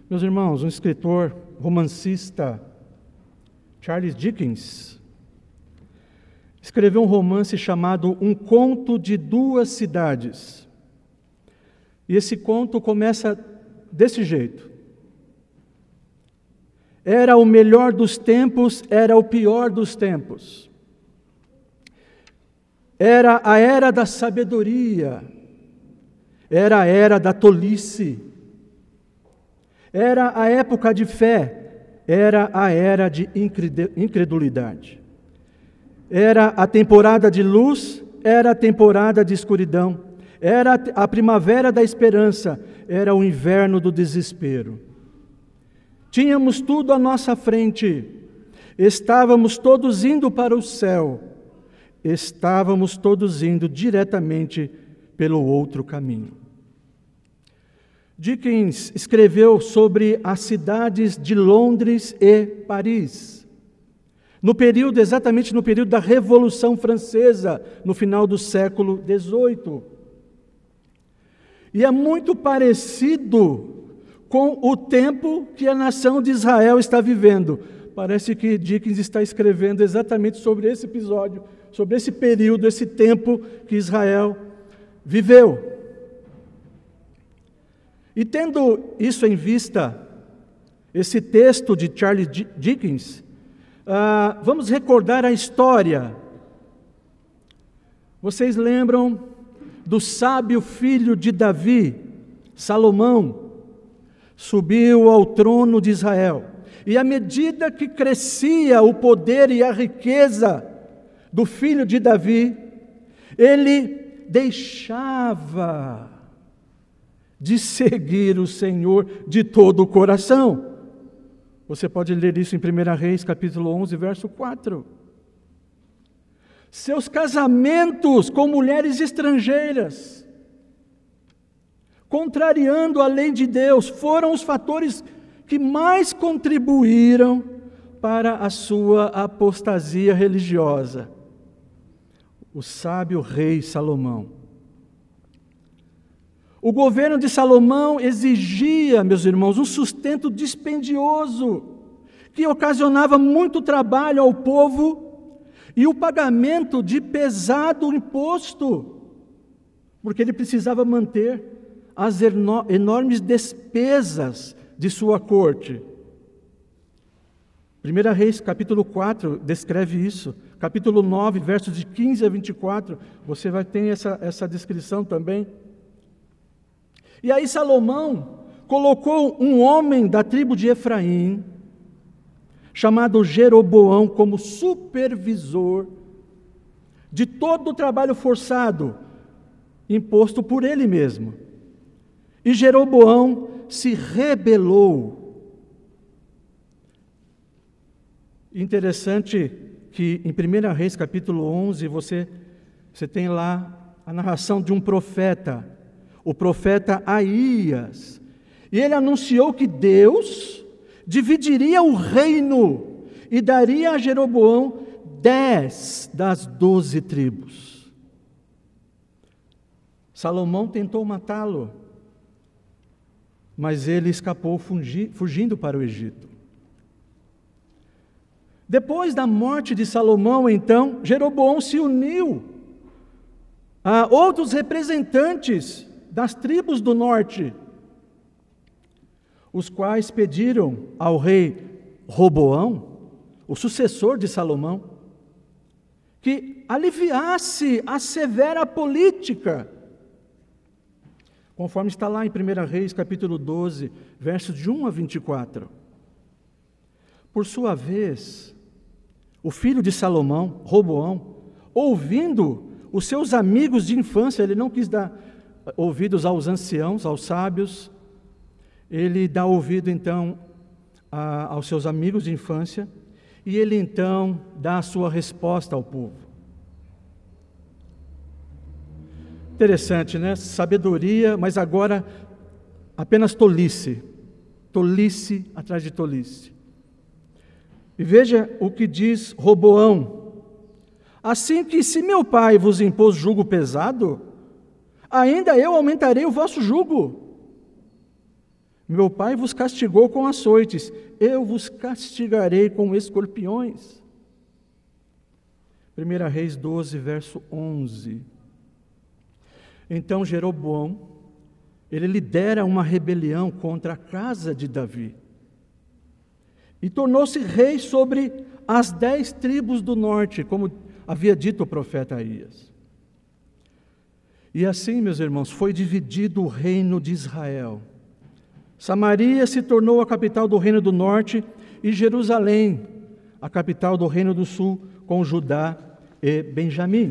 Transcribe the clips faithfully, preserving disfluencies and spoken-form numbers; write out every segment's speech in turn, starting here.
Meus irmãos, um escritor, romancista, Charles Dickens, escreveu um romance chamado Um Conto de Duas Cidades. E esse conto começa desse jeito. Era o melhor dos tempos, era o pior dos tempos. Era a era da sabedoria, era a era da tolice. Era a época de fé, era a era de incredulidade. Era a temporada de luz, era a temporada de escuridão. Era a primavera da esperança, era o inverno do desespero. Tínhamos tudo à nossa frente, estávamos todos indo para o céu, estávamos todos indo diretamente pelo outro caminho. Dickens escreveu sobre as cidades de Londres e Paris, no período, exatamente no período da Revolução Francesa, no final do século dezoito. E é muito parecido com o tempo que a nação de Israel está vivendo. Parece que Dickens está escrevendo exatamente sobre esse episódio, sobre esse período, esse tempo que Israel viveu. E tendo isso em vista, esse texto de Charles Dickens, uh, vamos recordar a história. Vocês lembram do sábio filho de Davi, Salomão, subiu ao trono de Israel. E à medida que crescia o poder e a riqueza do filho de Davi, ele deixava de seguir o Senhor de todo o coração. Você pode ler isso em primeira Reis, capítulo onze, verso quatro. Seus casamentos com mulheres estrangeiras, contrariando a lei de Deus, foram os fatores que mais contribuíram para a sua apostasia religiosa. O sábio rei Salomão. O governo de Salomão exigia, meus irmãos, um sustento dispendioso, que ocasionava muito trabalho ao povo e o pagamento de pesado imposto, porque ele precisava manter as enormes despesas de sua corte. primeira Reis, capítulo quatro, descreve isso. Capítulo nove, versos de quinze a vinte e quatro, você vai ter essa, essa descrição também. E aí Salomão colocou um homem da tribo de Efraim, chamado Jeroboão, como supervisor de todo o trabalho forçado, imposto por ele mesmo. E Jeroboão se rebelou. Interessante que em primeira Reis, capítulo onze, você, você tem lá a narração de um profeta, o profeta Aías, e ele anunciou que Deus dividiria o reino e daria a Jeroboão dez das doze tribos. Salomão tentou matá-lo, mas ele escapou fugindo para o Egito. Depois da morte de Salomão, então, Jeroboão se uniu a outros representantes das tribos do norte, os quais pediram ao rei Roboão, o sucessor de Salomão, que aliviasse a severa política, conforme está lá em primeira Reis, capítulo doze, versos de um a vinte e quatro. Por sua vez, o filho de Salomão, Roboão, ouvindo os seus amigos de infância, ele não quis dar ouvidos aos anciãos, aos sábios, ele dá ouvido então a, aos seus amigos de infância, e ele então dá a sua resposta ao povo. Interessante, né? Sabedoria, mas agora apenas tolice. Tolice atrás de tolice. E veja o que diz Roboão. Assim que se meu pai vos impôs jugo pesado, ainda eu aumentarei o vosso jugo. Meu pai vos castigou com açoites, eu vos castigarei com escorpiões. primeira Reis doze, verso onze. Então Jeroboão, ele lidera uma rebelião contra a casa de Davi. E tornou-se rei sobre as dez tribos do norte, como havia dito o profeta Aías. E assim, meus irmãos, foi dividido o reino de Israel. Samaria se tornou a capital do reino do norte e Jerusalém, a capital do reino do sul, com Judá e Benjamim.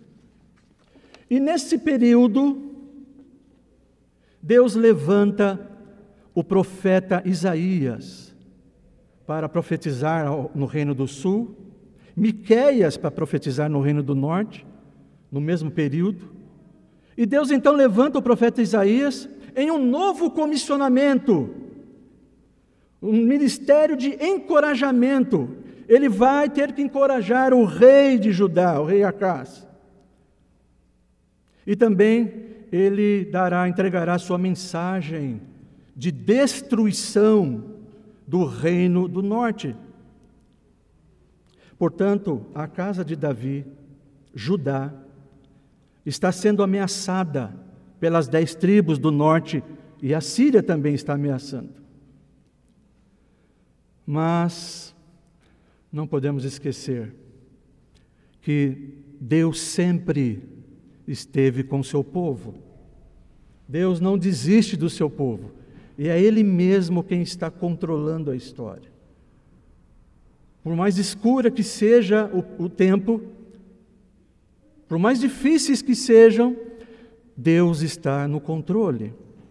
E nesse período, Deus levanta o profeta Isaías para profetizar no reino do sul, Miqueias para profetizar no reino do norte, no mesmo período. E Deus então levanta o profeta Isaías em um novo comissionamento, um ministério de encorajamento. Ele vai ter que encorajar o rei de Judá, o rei Acás. E também ele dará, entregará sua mensagem de destruição do reino do norte. Portanto, a casa de Davi, Judá, está sendo ameaçada pelas dez tribos do norte, e a Síria também está ameaçando. Mas não podemos esquecer que Deus sempre esteve com o seu povo. Deus não desiste do seu povo, e é Ele mesmo quem está controlando a história. Por mais escura que seja o, o tempo, por mais difíceis que sejam, Deus está no controle.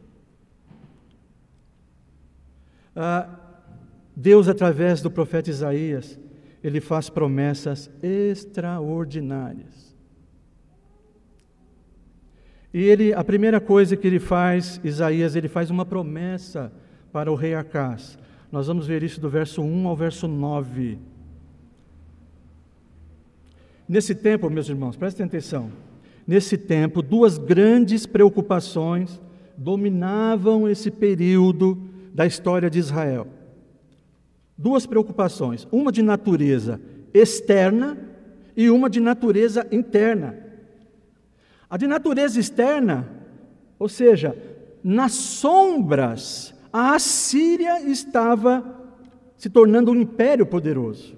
Ah, Deus, através do profeta Isaías, ele faz promessas extraordinárias. E ele, a primeira coisa que ele faz, Isaías, ele faz uma promessa para o rei Acás. Nós vamos ver isso do verso um ao verso nove. Nesse tempo, meus irmãos, prestem atenção. Nesse tempo, duas grandes preocupações dominavam esse período da história de Israel. Duas preocupações, uma de natureza externa e uma de natureza interna. A de natureza externa, ou seja, nas sombras, a Assíria estava se tornando um império poderoso.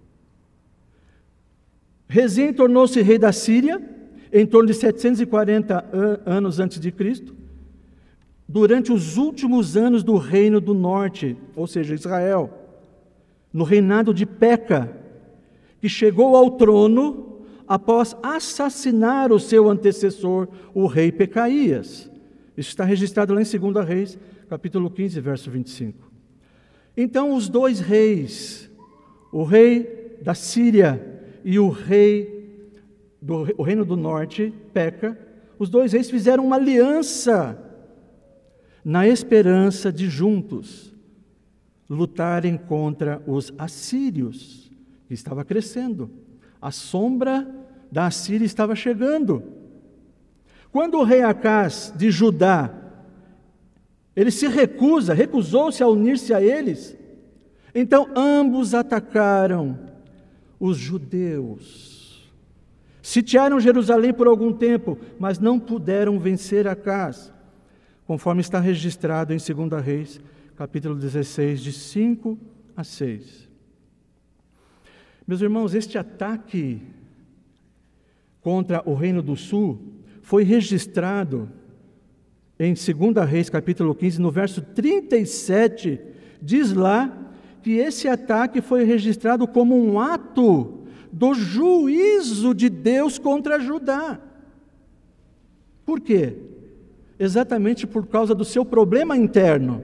Rezim tornou-se rei da Síria em torno de setecentos e quarenta anos antes de Cristo, durante os últimos anos do reino do norte, ou seja, Israel, no reinado de Peca, que chegou ao trono após assassinar o seu antecessor, o rei Pecaías. Isso está registrado lá em segunda Reis, capítulo quinze, verso vinte e cinco. Então, os dois reis, o rei da Síria e o rei do o reino do norte, Peca, os dois reis fizeram uma aliança na esperança de juntos lutarem contra os assírios, que estava crescendo. A sombra da Assíria estava chegando. Quando o rei Acás de Judá, ele se recusa, recusou-se a unir-se a eles, então ambos atacaram os judeus. Sitiaram Jerusalém por algum tempo, mas não puderam vencer Acás, conforme está registrado em segunda Reis, capítulo dezesseis, de cinco a seis. Meus irmãos, este ataque contra o reino do sul foi registrado em segunda Reis, capítulo quinze, no verso trinta e sete, diz lá que esse ataque foi registrado como um ato do juízo de Deus contra Judá. Por quê? Exatamente por causa do seu problema interno,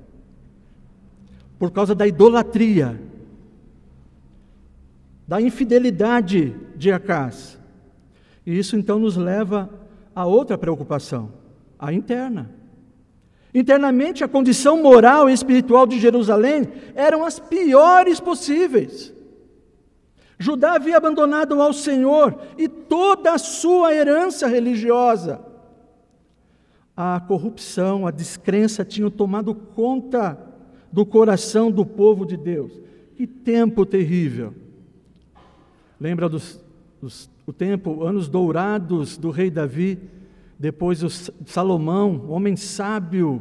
por causa da idolatria, da infidelidade de Acás. E isso então nos leva a outra preocupação, a interna. Internamente, a condição moral e espiritual de Jerusalém eram as piores possíveis. Judá havia abandonado ao Senhor e toda a sua herança religiosa. a corrupção, a descrença tinham tomado conta do coração do povo de Deus. Que tempo terrível! Lembra dos, dos, o tempo, anos dourados do rei Davi, depois o Salomão, homem sábio.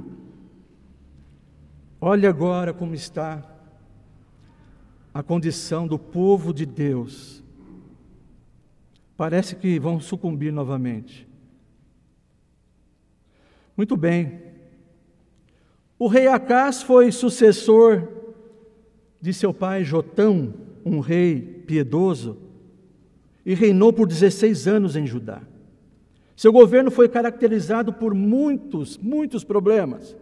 Olha agora como está a condição do povo de Deus. Parece que vão sucumbir novamente. Muito bem. O rei Acás foi sucessor de seu pai Jotão, um rei piedoso, e reinou por dezesseis anos em Judá. Seu governo foi caracterizado por muitos, muitos problemas.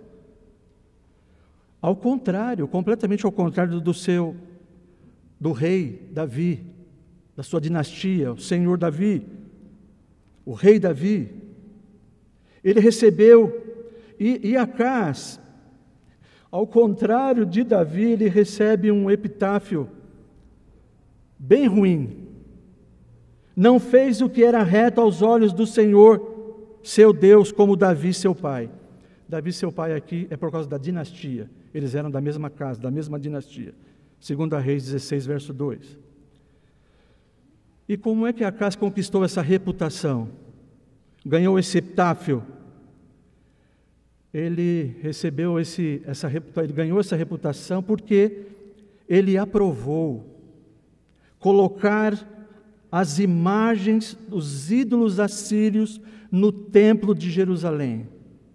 Ao contrário, completamente ao contrário do seu, do rei Davi, da sua dinastia, o Senhor Davi, o rei Davi. Ele recebeu, e, e Acás, ao contrário de Davi, ele recebe um epitáfio bem ruim. Não fez o que era reto aos olhos do Senhor, seu Deus, como Davi, seu pai. Davi, seu pai, aqui é por causa da dinastia. Eles eram da mesma casa, da mesma dinastia. Segunda Reis dezesseis, verso dois. E como é que Acás conquistou essa reputação? Ganhou esse epitáfio? Ele recebeu esse, essa reputação, ele ganhou essa reputação porque ele aprovou colocar as imagens dos ídolos assírios no templo de Jerusalém.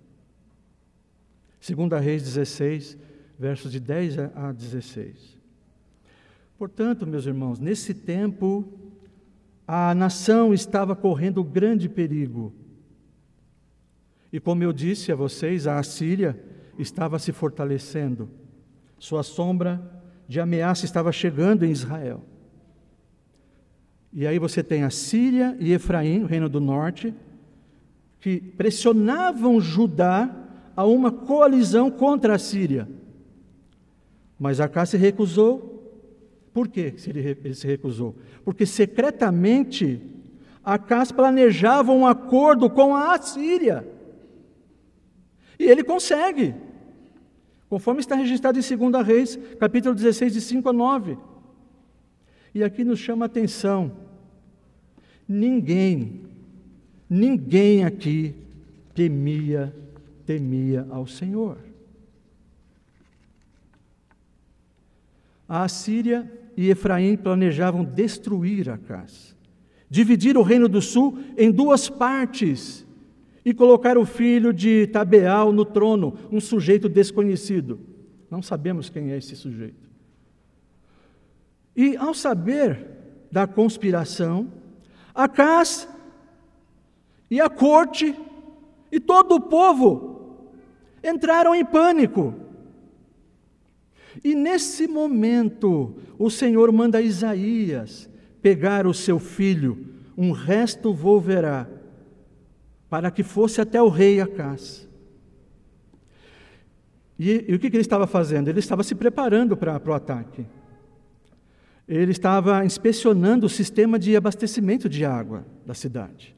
Segunda Reis dezesseis, versos de dez a dezesseis. Portanto, meus irmãos, nesse tempo, a nação estava correndo grande perigo. E como eu disse a vocês, a Assíria estava se fortalecendo. Sua sombra de ameaça estava chegando em Israel. E aí você tem a Síria e Efraim, o reino do norte, que pressionavam Judá a uma coalizão contra a Síria. Mas Acás se recusou. Por que ele se recusou? Porque secretamente Acás planejava um acordo com a Assíria. E ele consegue, conforme está registrado em Segunda Reis, capítulo dezesseis, de cinco a nove. E aqui nos chama a atenção, ninguém, ninguém aqui temia, temia ao Senhor. A Assíria e Efraim planejavam destruir Acás, dividir o reino do sul em duas partes, e colocar o filho de Tabeal no trono, um sujeito desconhecido. Não sabemos quem é esse sujeito. E ao saber da conspiração, Acás e a corte e todo o povo entraram em pânico. E nesse momento, o Senhor manda Isaías pegar o seu filho, um resto volverá, para que fosse até o rei Acás. E, e o que, que ele estava fazendo? Ele estava se preparando para, para o ataque. Ele estava inspecionando o sistema de abastecimento de água da cidade.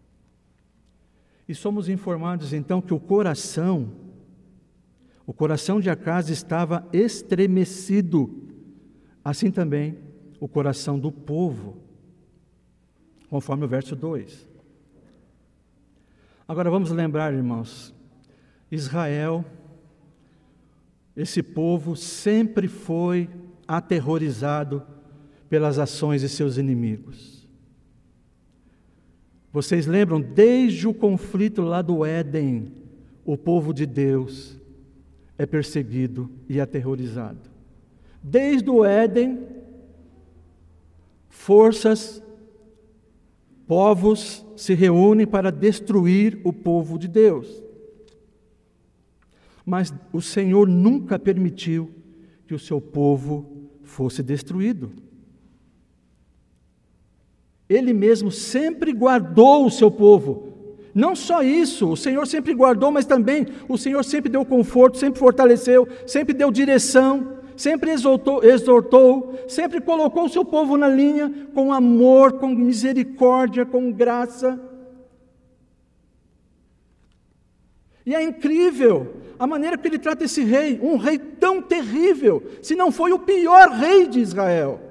E somos informados então que o coração, o coração de Acás estava estremecido, assim também o coração do povo, conforme o verso dois. Agora vamos lembrar, irmãos, Israel, esse povo sempre foi aterrorizado pelas ações de seus inimigos. Vocês lembram, desde o conflito lá do Éden, o povo de Deus é perseguido e aterrorizado. Desde o Éden, forças, povos se reúnem para destruir o povo de Deus. Mas o Senhor nunca permitiu que o seu povo fosse destruído. Ele mesmo sempre guardou o seu povo. Não só isso, o Senhor sempre guardou, mas também o Senhor sempre deu conforto, sempre fortaleceu, sempre deu direção, sempre exortou, exortou, sempre colocou o seu povo na linha com amor, com misericórdia, com graça. E é incrível a maneira que ele trata esse rei, um rei tão terrível, se não foi o pior rei de Israel.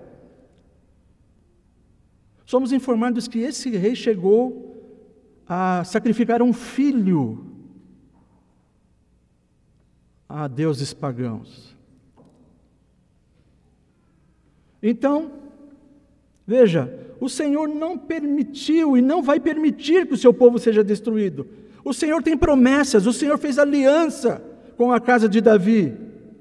Somos informados que esse rei chegou a sacrificar um filho a deuses pagãos. Então, veja, o Senhor não permitiu e não vai permitir que o seu povo seja destruído. O Senhor tem promessas, o Senhor fez aliança com a casa de Davi.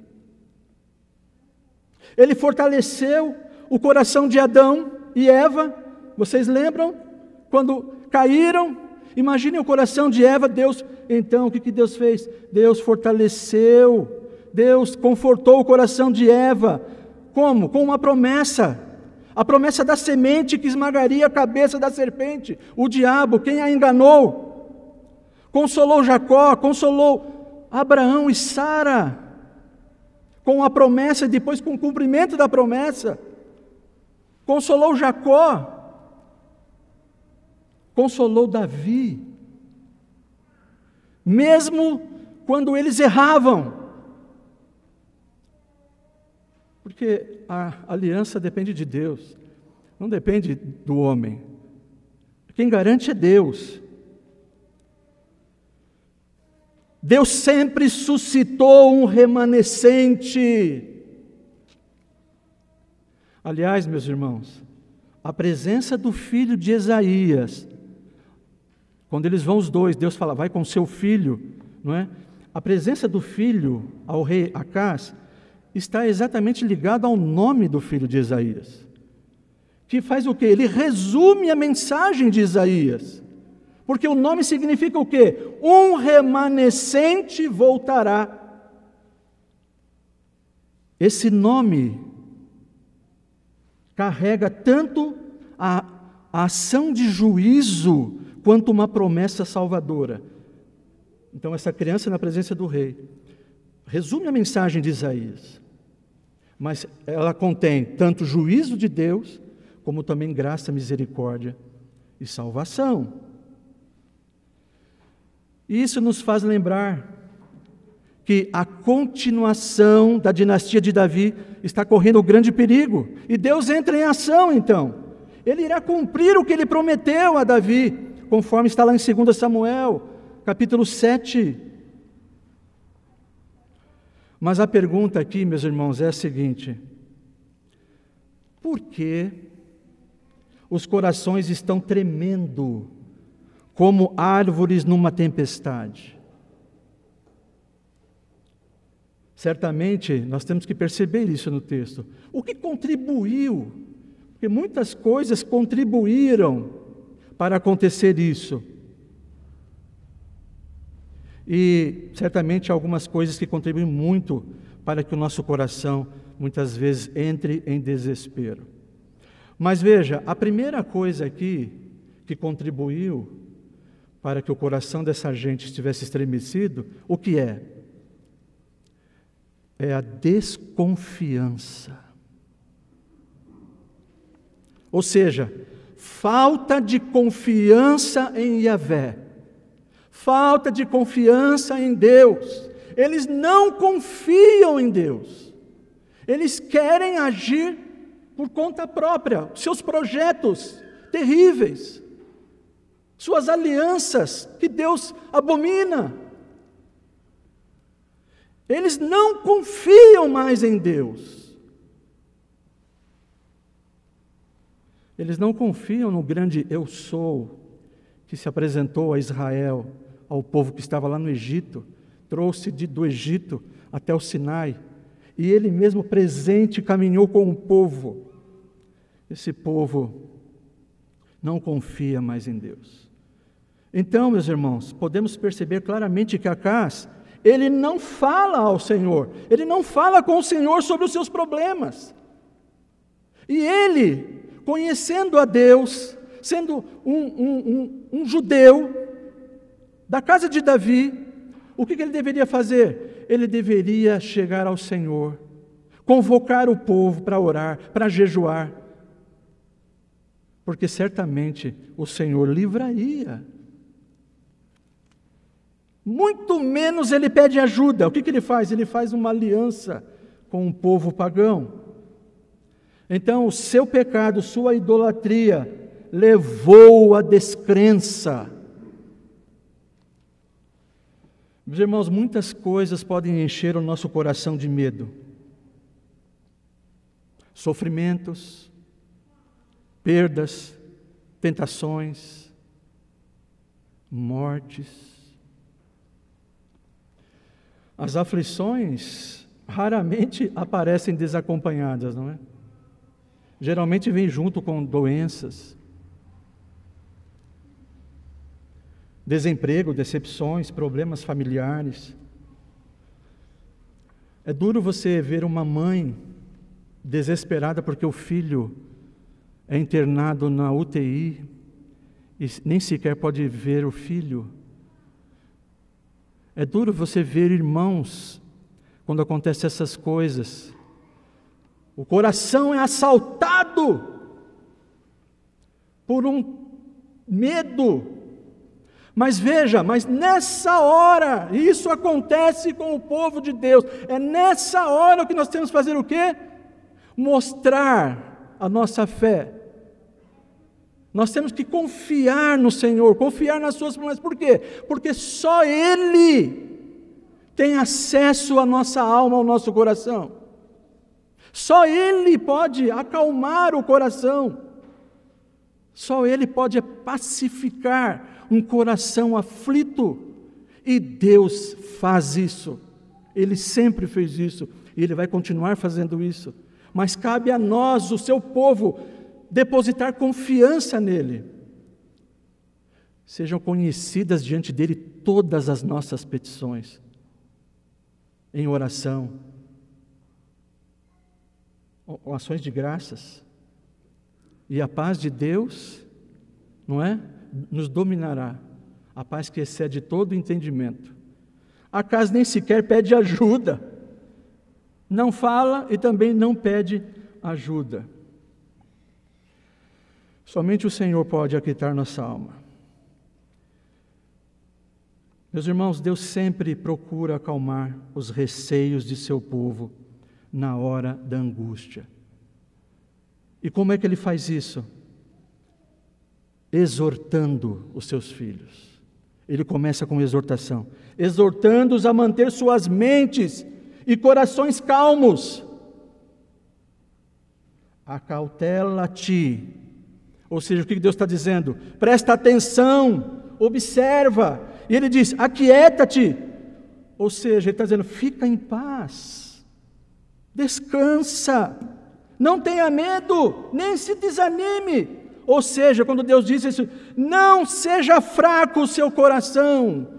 Ele fortaleceu o coração de Adão e Eva. Vocês lembram? Quando caíram, imaginem o coração de Eva, Deus, então o que, que Deus fez? Deus fortaleceu, Deus confortou o coração de Eva. Como? Com uma promessa. A promessa da semente que esmagaria a cabeça da serpente, o diabo, quem a enganou. Consolou Jacó, consolou Abraão e Sara, com a promessa e depois com o cumprimento da promessa. Consolou Jacó, consolou Davi, mesmo quando eles erravam. Porque a aliança depende de Deus, não depende do homem. Quem garante é Deus. Deus sempre suscitou um remanescente. Aliás, meus irmãos, a presença do filho de Isaías, quando eles vão os dois, Deus fala, vai com seu filho, não é? A presença do filho ao rei Acás está exatamente ligada ao nome do filho de Isaías, que faz o quê? Ele resume a mensagem de Isaías. Porque o nome significa o quê? Um remanescente voltará. Esse nome carrega tanto a, a ação de juízo, quanto uma promessa salvadora. Então, essa criança na presença do rei resume a mensagem de Isaías. Mas ela contém tanto juízo de Deus, como também graça, misericórdia e salvação. E isso nos faz lembrar que a continuação da dinastia de Davi está correndo grande perigo. E Deus entra em ação, então. Ele irá cumprir o que ele prometeu a Davi, conforme está lá em dois Samuel, capítulo sete. Mas a pergunta aqui, meus irmãos, é a seguinte: por que os corações estão tremendo como árvores numa tempestade? Certamente, nós temos que perceber isso no texto. O que contribuiu? Porque muitas coisas contribuíram para acontecer isso. E, certamente, algumas coisas que contribuem muito para que o nosso coração, muitas vezes, entre em desespero. Mas veja, a primeira coisa aqui que contribuiu para que o coração dessa gente estivesse estremecido, o que é? É a desconfiança. Ou seja, falta de confiança em Yahvé, falta de confiança em Deus. Eles não confiam em Deus. Eles querem agir por conta própria, seus projetos terríveis, suas alianças que Deus abomina. Eles não confiam mais em Deus. Eles não confiam no grande Eu Sou, que se apresentou a Israel, ao povo que estava lá no Egito, trouxe de, do Egito até o Sinai, e ele mesmo presente caminhou com o povo. Esse povo não confia mais em Deus. Então, meus irmãos, podemos perceber claramente que Acás, ele não fala ao Senhor, ele não fala com o Senhor sobre os seus problemas. E ele, conhecendo a Deus, sendo um, um, um, um judeu da casa de Davi, o que, que ele deveria fazer? Ele deveria chegar ao Senhor, convocar o povo para orar, para jejuar, porque certamente o Senhor livraria. muito menos ele pede ajuda. O que, que ele faz? Ele faz uma aliança com o povo pagão. Então, o seu pecado, sua idolatria, levou à descrença. Meus irmãos, muitas coisas podem encher o nosso coração de medo. Sofrimentos, perdas, tentações, mortes. As aflições raramente aparecem desacompanhadas, não é? Geralmente vem junto com doenças, desemprego, decepções, problemas familiares. É duro você ver uma mãe desesperada porque o filho é internado na U T I e nem sequer pode ver o filho. É duro você ver irmãos quando acontecem essas coisas. O coração é assaltado por um medo. Mas veja, mas nessa hora, isso acontece com o povo de Deus, é nessa hora que nós temos que fazer o quê? Mostrar a nossa fé. Nós temos que confiar no Senhor, confiar nas suas promessas. Por quê? Porque só Ele tem acesso à nossa alma, ao nosso coração. Só Ele pode acalmar o coração. Só Ele pode pacificar um coração aflito. E Deus faz isso. Ele sempre fez isso. E Ele vai continuar fazendo isso. Mas cabe a nós, o seu povo, depositar confiança nele. Sejam conhecidas diante dele todas as nossas petições, em oração, ações de graças, e a paz de Deus, não é? Nos dominará, a paz que excede todo entendimento. Acaso nem sequer pede ajuda, não fala e também não pede ajuda. Somente o Senhor pode aquietar nossa alma. Meus irmãos, Deus sempre procura acalmar os receios de seu povo na hora da angústia. E como é que Ele faz isso? Exortando os seus filhos. Ele começa com exortação, exortando-os a manter suas mentes e corações calmos. Acautela-te. Ou seja, o que Deus está dizendo? Presta atenção, observa. E Ele diz, aquieta-te. Ou seja, Ele está dizendo, fica em paz, descansa, não tenha medo, nem se desanime. Ou seja, quando Deus diz isso, não seja fraco o seu coração.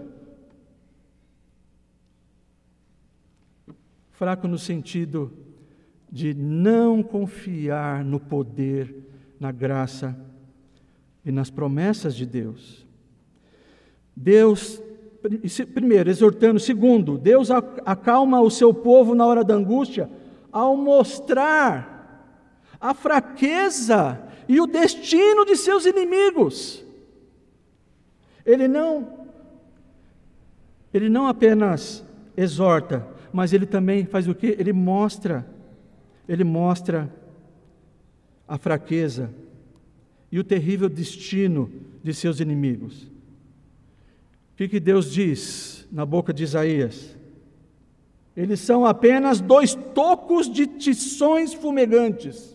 Fraco no sentido de não confiar no poder, na graça e nas promessas de Deus. Deus, primeiro, exortando. Segundo, Deus acalma o seu povo na hora da angústia ao mostrar a fraqueza e o destino de seus inimigos. Ele não, ele não apenas exorta, mas ele também faz o quê? Ele mostra, ele mostra a fraqueza e o terrível destino de seus inimigos. O que, que Deus diz na boca de Isaías? Eles são apenas dois tocos de tições fumegantes.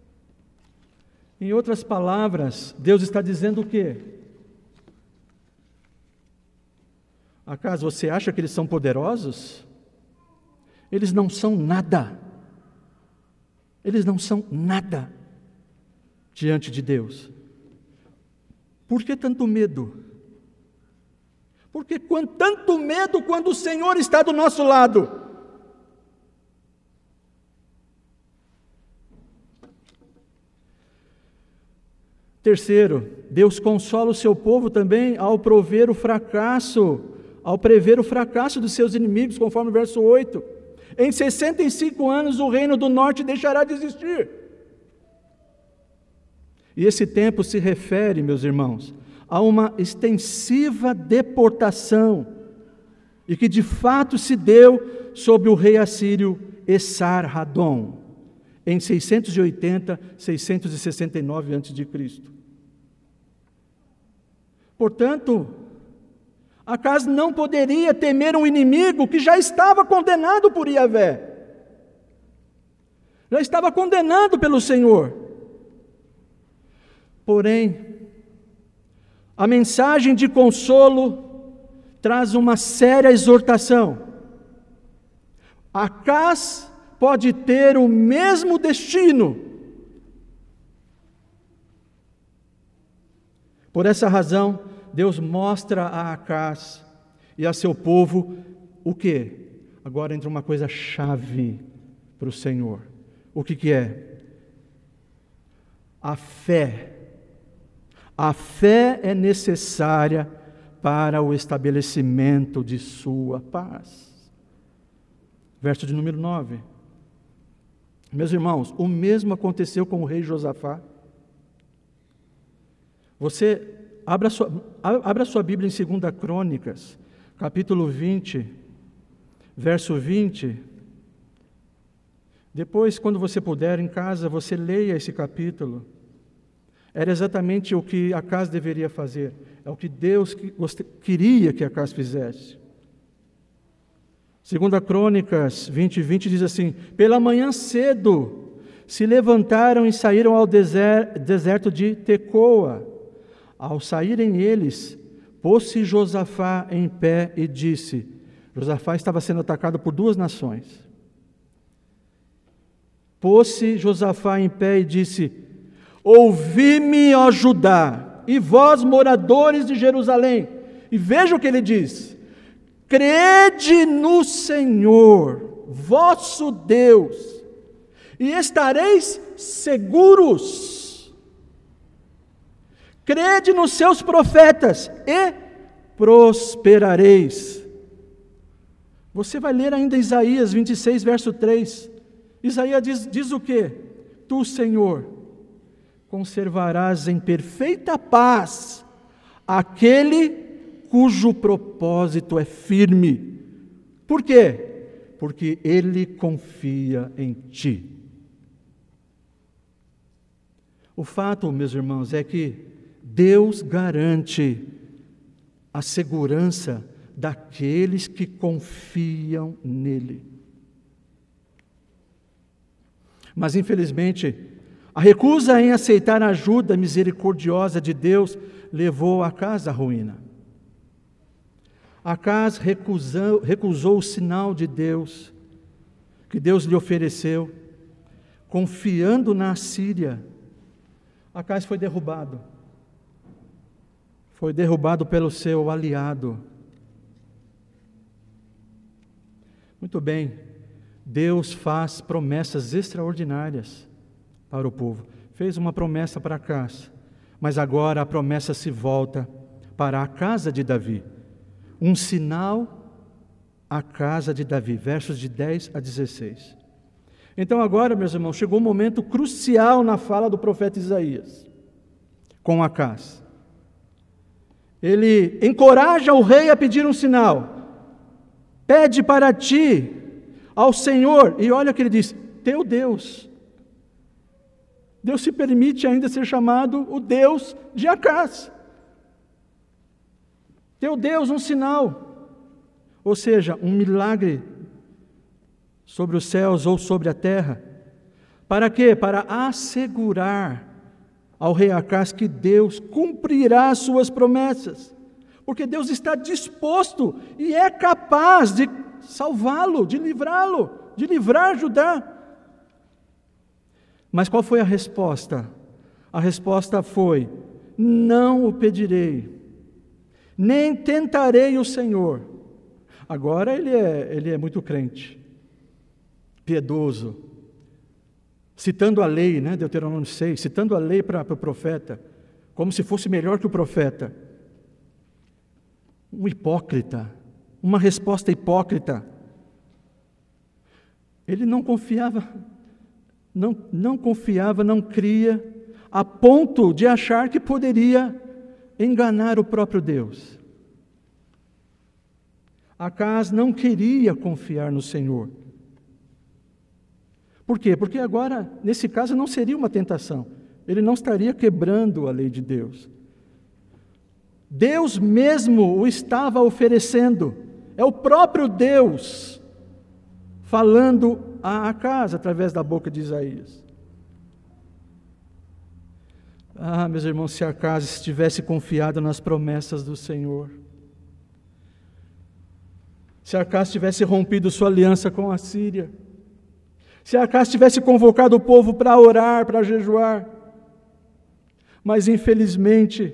Em outras palavras, Deus está dizendo o quê? Acaso você acha que eles são poderosos? Eles não são nada. Eles não são nada diante de Deus. Por que tanto medo? Porque com tanto medo quando o Senhor está do nosso lado. Terceiro, Deus consola o seu povo também ao prover o fracasso, ao prever o fracasso dos seus inimigos, conforme o verso oito. Em sessenta e cinco anos o reino do norte deixará de existir. E esse tempo se refere, meus irmãos, a uma extensiva deportação e que de fato se deu sobre o rei assírio Esar-Hadon, em seiscentos e oitenta, seiscentos e sessenta e nove antes de Cristo. Portanto, Acaz não poderia temer um inimigo que já estava condenado por Yahvé. Já estava condenado pelo Senhor. Porém, a mensagem de consolo traz uma séria exortação. Acaz pode ter o mesmo destino. Por essa razão, Deus mostra a Acaz e a seu povo o quê? Agora entra uma coisa chave para o Senhor. O que que é? A fé. A fé é necessária para o estabelecimento de sua paz. Verso de número nove. Meus irmãos, o mesmo aconteceu com o rei Josafá. Você abra sua, abra sua Bíblia em segunda Crônicas, capítulo vinte, verso vinte. Depois, quando você puder, em casa, você leia esse capítulo. Era exatamente o que Acaz deveria fazer. É o que Deus queria que Acaz fizesse. Segunda Crônicas vinte, vinte diz assim: pela manhã cedo se levantaram e saíram ao deserto de Tecoa. Ao saírem eles, pôs-se Josafá em pé e disse: Josafá estava sendo atacado por duas nações. Pôs-se Josafá em pé e disse: ouvi-me, ó Judá, e vós, moradores de Jerusalém. E veja o que ele diz: crede no Senhor, vosso Deus, e estareis seguros. Crede nos seus profetas e prosperareis. Você vai ler ainda Isaías vinte e seis, verso três. Isaías diz, diz o quê? Tu, Senhor, conservarás em perfeita paz aquele cujo propósito é firme. Por quê? Porque ele confia em ti. O fato, meus irmãos, é que Deus garante a segurança daqueles que confiam nele. Mas, infelizmente, a recusa em aceitar a ajuda misericordiosa de Deus levou Acaz à ruína. Acaz recusou, recusou o sinal de Deus, que Deus lhe ofereceu, confiando na Assíria. Acaz foi derrubado. Foi derrubado pelo seu aliado. Muito bem, Deus faz promessas extraordinárias para o povo. Fez uma promessa para Acaz, mas agora a promessa se volta para a casa de Davi. Um sinal à casa de Davi, versos de dez a dezesseis. Então agora, meus irmãos, chegou um momento crucial na fala do profeta Isaías com Acaz. Ele encoraja o rei a pedir um sinal. Pede para ti, ao Senhor, e olha o que ele diz: teu Deus. Deus se permite ainda ser chamado o Deus de Acaz. Teu Deus, um sinal. Ou seja, um milagre sobre os céus ou sobre a terra. Para quê? Para assegurar ao rei Acaz que Deus cumprirá as suas promessas, porque Deus está disposto e é capaz de salvá-lo, de livrá-lo, de livrar Judá. Mas qual foi a resposta? A resposta foi: não o pedirei, nem tentarei o Senhor. Agora ele é, ele é muito crente, piedoso, citando a lei, né, Deuteronômio seis, citando a lei para, para o profeta, como se fosse melhor que o profeta. Um hipócrita, uma resposta hipócrita. Ele não confiava, não, não confiava, não cria, a ponto de achar que poderia enganar o próprio Deus. Acaz não queria confiar no Senhor. Por quê? Porque agora, nesse caso, não seria uma tentação. Ele não estaria quebrando a lei de Deus. Deus mesmo o estava oferecendo. É o próprio Deus falando a Acaz através da boca de Isaías. Ah, meus irmãos, se Acaz estivesse confiado nas promessas do Senhor, se Acaz tivesse rompido sua aliança com a Síria, se Acaz tivesse convocado o povo para orar, para jejuar, mas infelizmente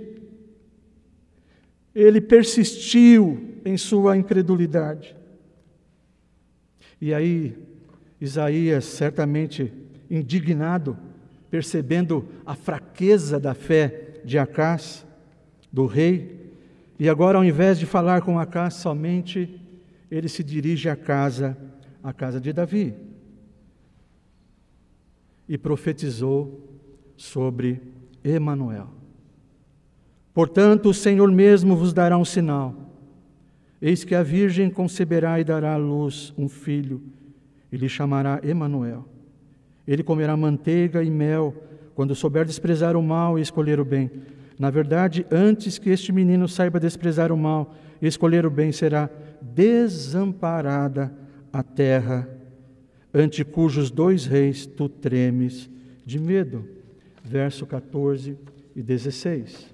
ele persistiu em sua incredulidade. E aí, Isaías, certamente indignado, percebendo a fraqueza da fé de Acaz, do rei, e agora, ao invés de falar com Acaz somente, ele se dirige à casa, à casa de Davi, e profetizou sobre Emanuel. Portanto, o Senhor mesmo vos dará um sinal. Eis que a virgem conceberá e dará à luz um filho, e lhe chamará Emanuel. Ele comerá manteiga e mel, quando souber desprezar o mal e escolher o bem. Na verdade, antes que este menino saiba desprezar o mal e escolher o bem, será desamparada a terra, ante cujos dois reis tu tremes de medo. Verso quatorze e dezesseis.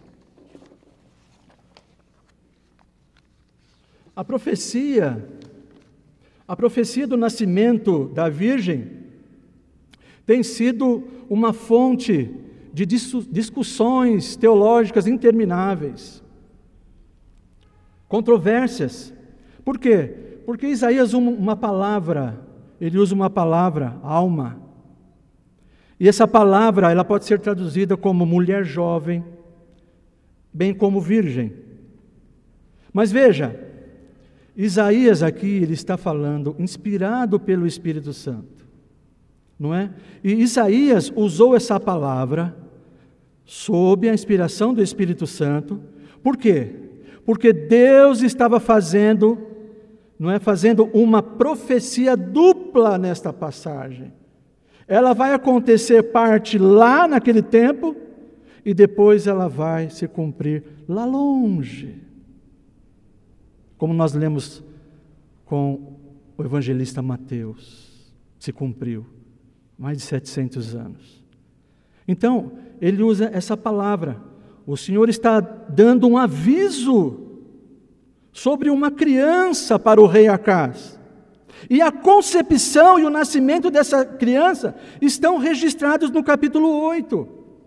A profecia, a profecia do nascimento da Virgem tem sido uma fonte de discussões teológicas intermináveis, controvérsias. Por quê? Porque Isaías usa uma palavra, ele usa uma palavra, alma. E essa palavra, ela pode ser traduzida como mulher jovem, bem como virgem. Mas veja, Isaías aqui, ele está falando, inspirado pelo Espírito Santo, não é? E Isaías usou essa palavra sob a inspiração do Espírito Santo. Por quê? Porque Deus estava fazendo, não é, fazendo uma profecia dupla nesta passagem. Ela vai acontecer parte lá naquele tempo e depois ela vai se cumprir lá longe. Como nós lemos com o evangelista Mateus, se cumpriu, mais de setecentos anos. Então, ele usa essa palavra. O Senhor está dando um aviso sobre uma criança para o rei Acaz. E a concepção e o nascimento dessa criança estão registrados no capítulo oito.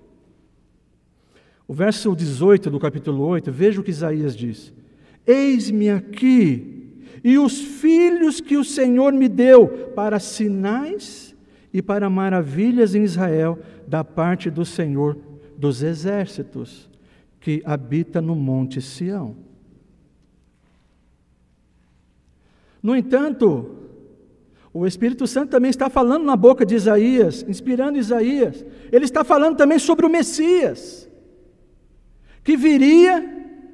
O verso dezoito do capítulo oito, veja o que Isaías diz. Eis-me aqui, e os filhos que o Senhor me deu para sinais e para maravilhas em Israel, da parte do Senhor dos exércitos, que habita no monte Sião. No entanto, o Espírito Santo também está falando na boca de Isaías, inspirando Isaías. Ele está falando também sobre o Messias, que viria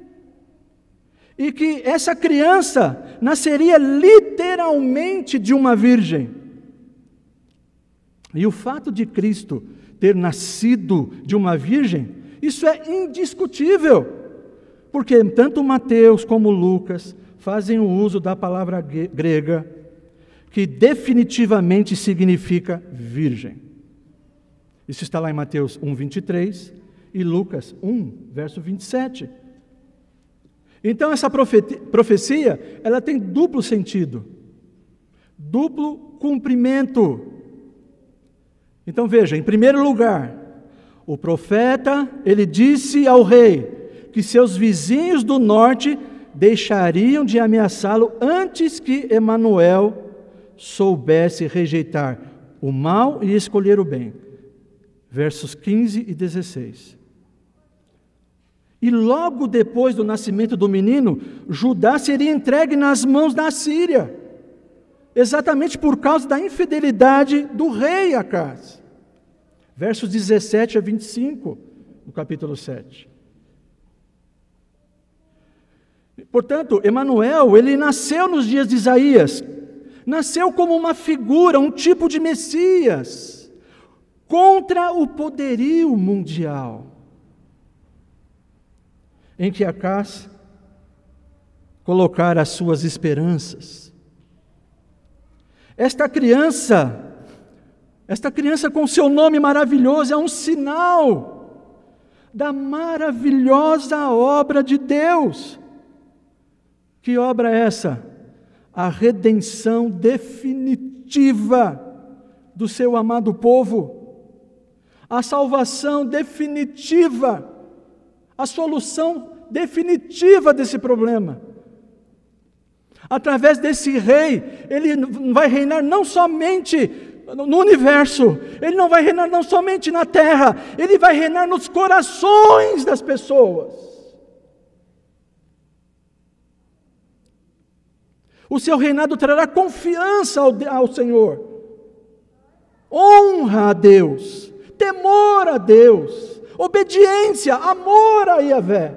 e que essa criança nasceria literalmente de uma virgem. E o fato de Cristo ter nascido de uma virgem, isso é indiscutível, porque tanto Mateus como Lucas fazem o uso da palavra grega, que definitivamente significa virgem. Isso está lá em Mateus um, vinte e três e Lucas um, verso vinte e sete. Então essa profecia, ela tem duplo sentido, duplo cumprimento. Então veja, em primeiro lugar, o profeta, ele disse ao rei que seus vizinhos do norte deixariam de ameaçá-lo antes que Emanuel soubesse rejeitar o mal e escolher o bem. Versos quinze e dezesseis. E logo depois do nascimento do menino, Judá seria entregue nas mãos da Síria, exatamente por causa da infidelidade do rei Acaz. Versos dezessete a vinte e cinco, do capítulo sete. Portanto, Emanuel, ele nasceu nos dias de Isaías, nasceu como uma figura, um tipo de Messias, contra o poderio mundial, em que Acás colocar as suas esperanças. Esta criança, esta criança com seu nome maravilhoso é um sinal da maravilhosa obra de Deus. Que obra é essa? A redenção definitiva do seu amado povo, a salvação definitiva, a solução definitiva desse problema. Através desse rei, ele vai reinar não somente no universo, ele não vai reinar não somente na terra, ele vai reinar nos corações das pessoas. O seu reinado trará confiança ao, ao Senhor, honra a Deus, temor a Deus, obediência, amor a Yahvé.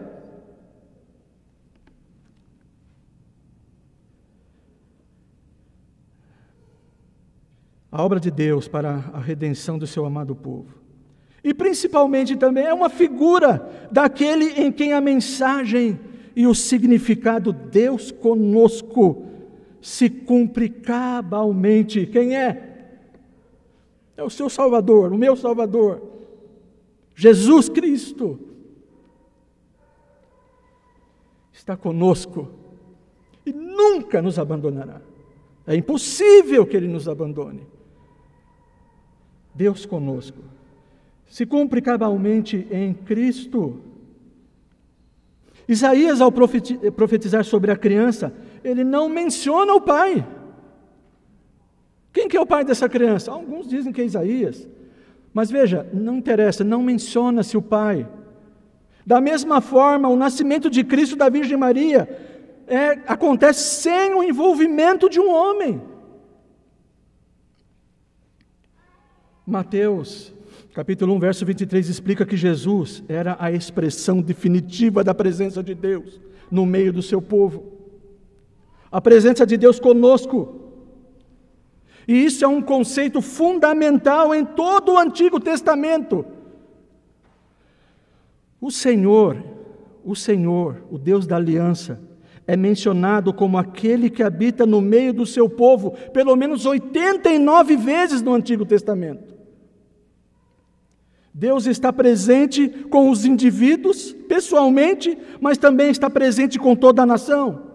A obra de Deus para a redenção do seu amado povo. E principalmente também é uma figura daquele em quem a mensagem e o significado Deus conosco se cumpre cabalmente. Quem é? É o seu Salvador, o meu Salvador, Jesus Cristo. Está conosco e nunca nos abandonará. É impossível que Ele nos abandone. Deus conosco. Se cumpre cabalmente em Cristo. Isaías, ao profetizar sobre a criança, ele não menciona o pai. Quem que é o pai dessa criança? Alguns dizem que é Isaías. Mas veja, não interessa, não menciona-se o pai. Da mesma forma, o nascimento de Cristo da Virgem Maria é, acontece sem o envolvimento de um homem. Mateus, capítulo um, verso vinte e três, explica que Jesus era a expressão definitiva da presença de Deus no meio do seu povo. A presença de Deus conosco. E isso é um conceito fundamental em todo o Antigo Testamento. O Senhor, o Senhor, o Deus da aliança, é mencionado como aquele que habita no meio do seu povo, pelo menos oitenta e nove vezes no Antigo Testamento. Deus está presente com os indivíduos, pessoalmente, mas também está presente com toda a nação.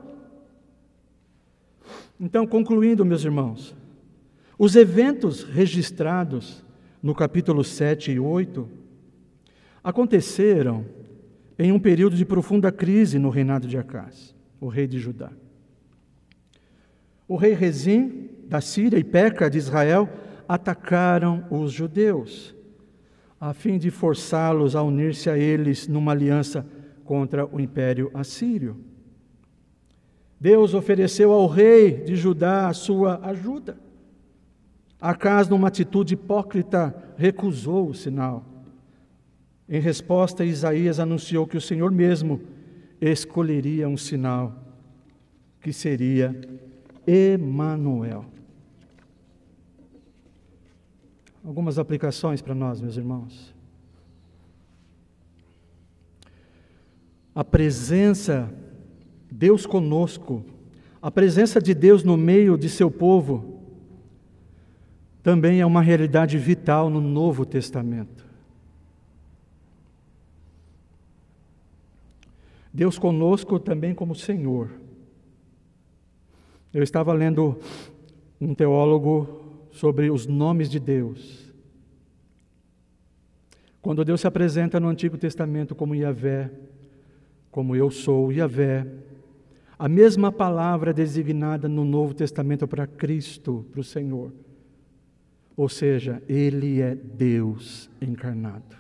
Então, concluindo, meus irmãos, os eventos registrados no capítulo sete e oito aconteceram em um período de profunda crise no reinado de Acás, o rei de Judá. O rei Rezim, da Síria, e Peca, de Israel, atacaram os judeus, a fim de forçá-los a unir-se a eles numa aliança contra o império assírio. Deus ofereceu ao rei de Judá a sua ajuda. Acás, numa atitude hipócrita, recusou o sinal. Em resposta, Isaías anunciou que o Senhor mesmo escolheria um sinal, que seria Emanuel. Algumas aplicações para nós, meus irmãos. A presença, Deus conosco, a presença de Deus no meio de seu povo, também é uma realidade vital no Novo Testamento. Deus conosco também como Senhor. Eu estava lendo um teólogo sobre os nomes de Deus. Quando Deus se apresenta no Antigo Testamento como Yahvé, como eu sou Yahvé, a mesma palavra designada no Novo Testamento para Cristo, para o Senhor. Ou seja, Ele é Deus encarnado.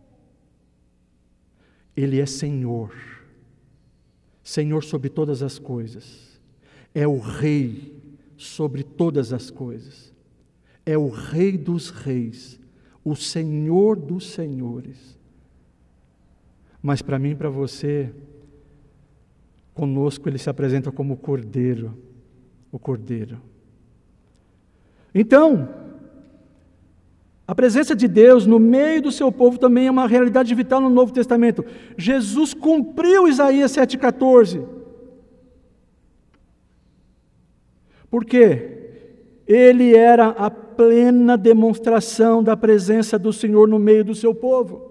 Ele é Senhor. Senhor sobre todas as coisas. É o Rei sobre todas as coisas. É o Rei dos reis, o Senhor dos senhores. Mas para mim e para você, Conosco ele se apresenta como o Cordeiro, o Cordeiro. Então, a presença de Deus no meio do seu povo também é uma realidade vital no Novo Testamento. Jesus cumpriu Isaías sete, catorze. Por quê? Ele era a plena demonstração da presença do Senhor no meio do seu povo.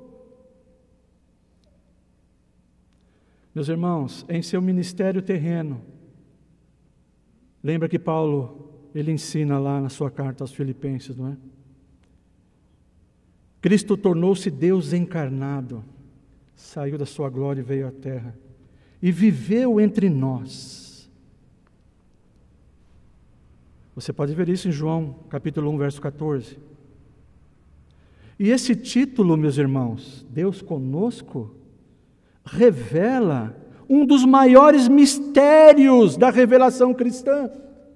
Meus irmãos, em seu ministério terreno, lembra que Paulo, ele ensina lá na sua carta aos Filipenses, não é? Cristo tornou-se Deus encarnado, saiu da sua glória e veio à terra, e viveu entre nós. Você pode ver isso em João, capítulo um, verso catorze. E esse título, meus irmãos, Deus conosco, revela um dos maiores mistérios da revelação cristã.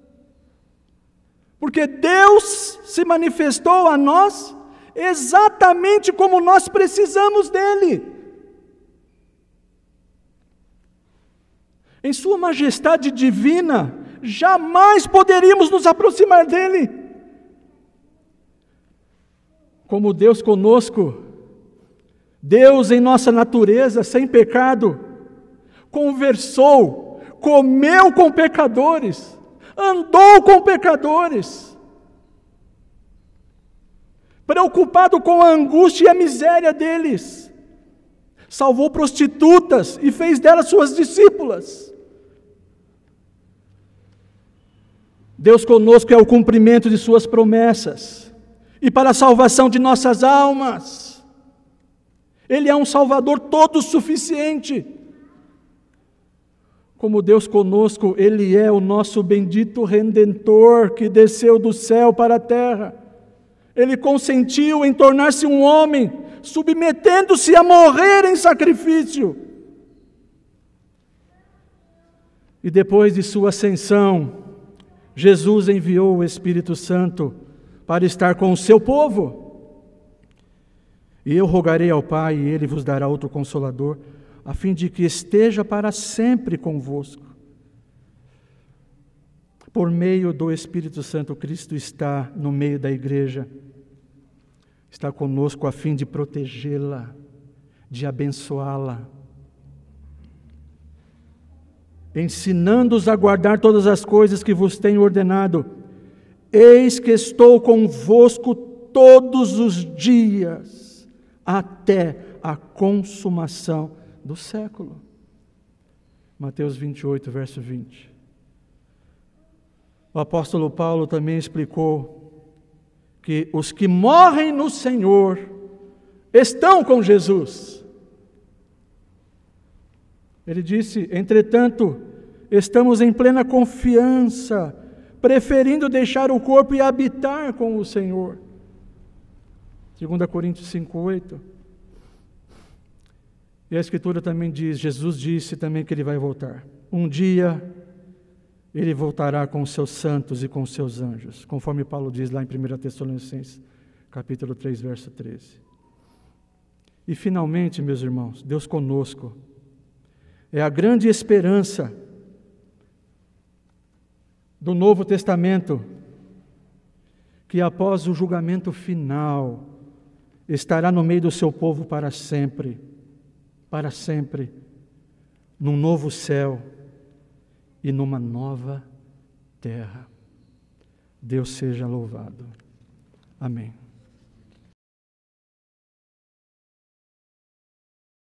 Porque Deus se manifestou a nós exatamente como nós precisamos dele. Em sua majestade divina, jamais poderíamos nos aproximar dele. Como Deus conosco, Deus em nossa natureza, sem pecado, conversou, comeu com pecadores, andou com pecadores, preocupado com a angústia e a miséria deles, salvou prostitutas e fez delas suas discípulas. Deus conosco é o cumprimento de suas promessas e para a salvação de nossas almas. Ele é um Salvador todo suficiente. Como Deus conosco, Ele é o nosso bendito Redentor que desceu do céu para a terra. Ele consentiu em tornar-se um homem, submetendo-se a morrer em sacrifício. E depois de sua ascensão, Jesus enviou o Espírito Santo para estar com o seu povo. E eu rogarei ao Pai, e Ele vos dará outro Consolador, a fim de que esteja para sempre convosco. Por meio do Espírito Santo, Cristo está no meio da igreja, está conosco a fim de protegê-la, de abençoá-la, ensinando-os a guardar todas as coisas que vos tenho ordenado. Eis que estou convosco todos os dias, até a consumação do século. Mateus vinte e oito, verso vinte. O apóstolo Paulo também explicou que os que morrem no Senhor estão com Jesus. Ele disse: entretanto, estamos em plena confiança, preferindo deixar o corpo e habitar com o Senhor. Segunda Coríntios cinco, oito. E a Escritura também diz, Jesus disse também que Ele vai voltar. Um dia, Ele voltará com os seus santos e com os seus anjos, conforme Paulo diz lá em primeira Tessalonicenses, capítulo três, verso treze. E finalmente, meus irmãos, Deus conosco é a grande esperança do Novo Testamento, que após o julgamento final, estará no meio do seu povo para sempre, para sempre, num novo céu e numa nova terra. Deus seja louvado. Amém.